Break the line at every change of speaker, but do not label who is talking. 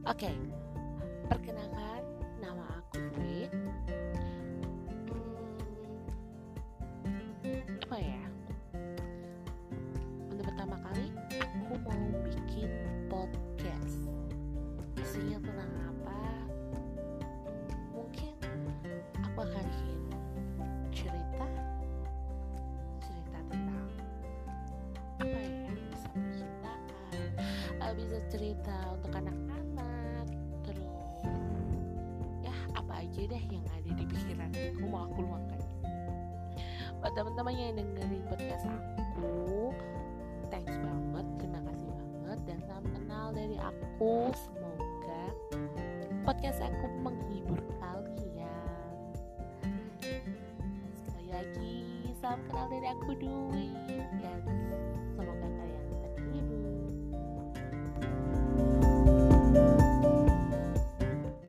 Oke, perkenalkan, nama aku Dwi. Apa ya? Untuk pertama kali aku mau bikin podcast. Isinya tentang apa? Mungkin aku akan cerita tentang apa ya yang bisa menceritakan. Bisa cerita untuk anak-anak, terus ya apa aja deh yang ada di pikiran aku mau aku luangkan. Buat teman-teman yang dengerin podcast aku, thanks banget, terima kasih banget, dan salam kenal dari aku. Semoga podcast aku menghibur kalian. Sekali lagi, salam kenal dari aku Dwi, dan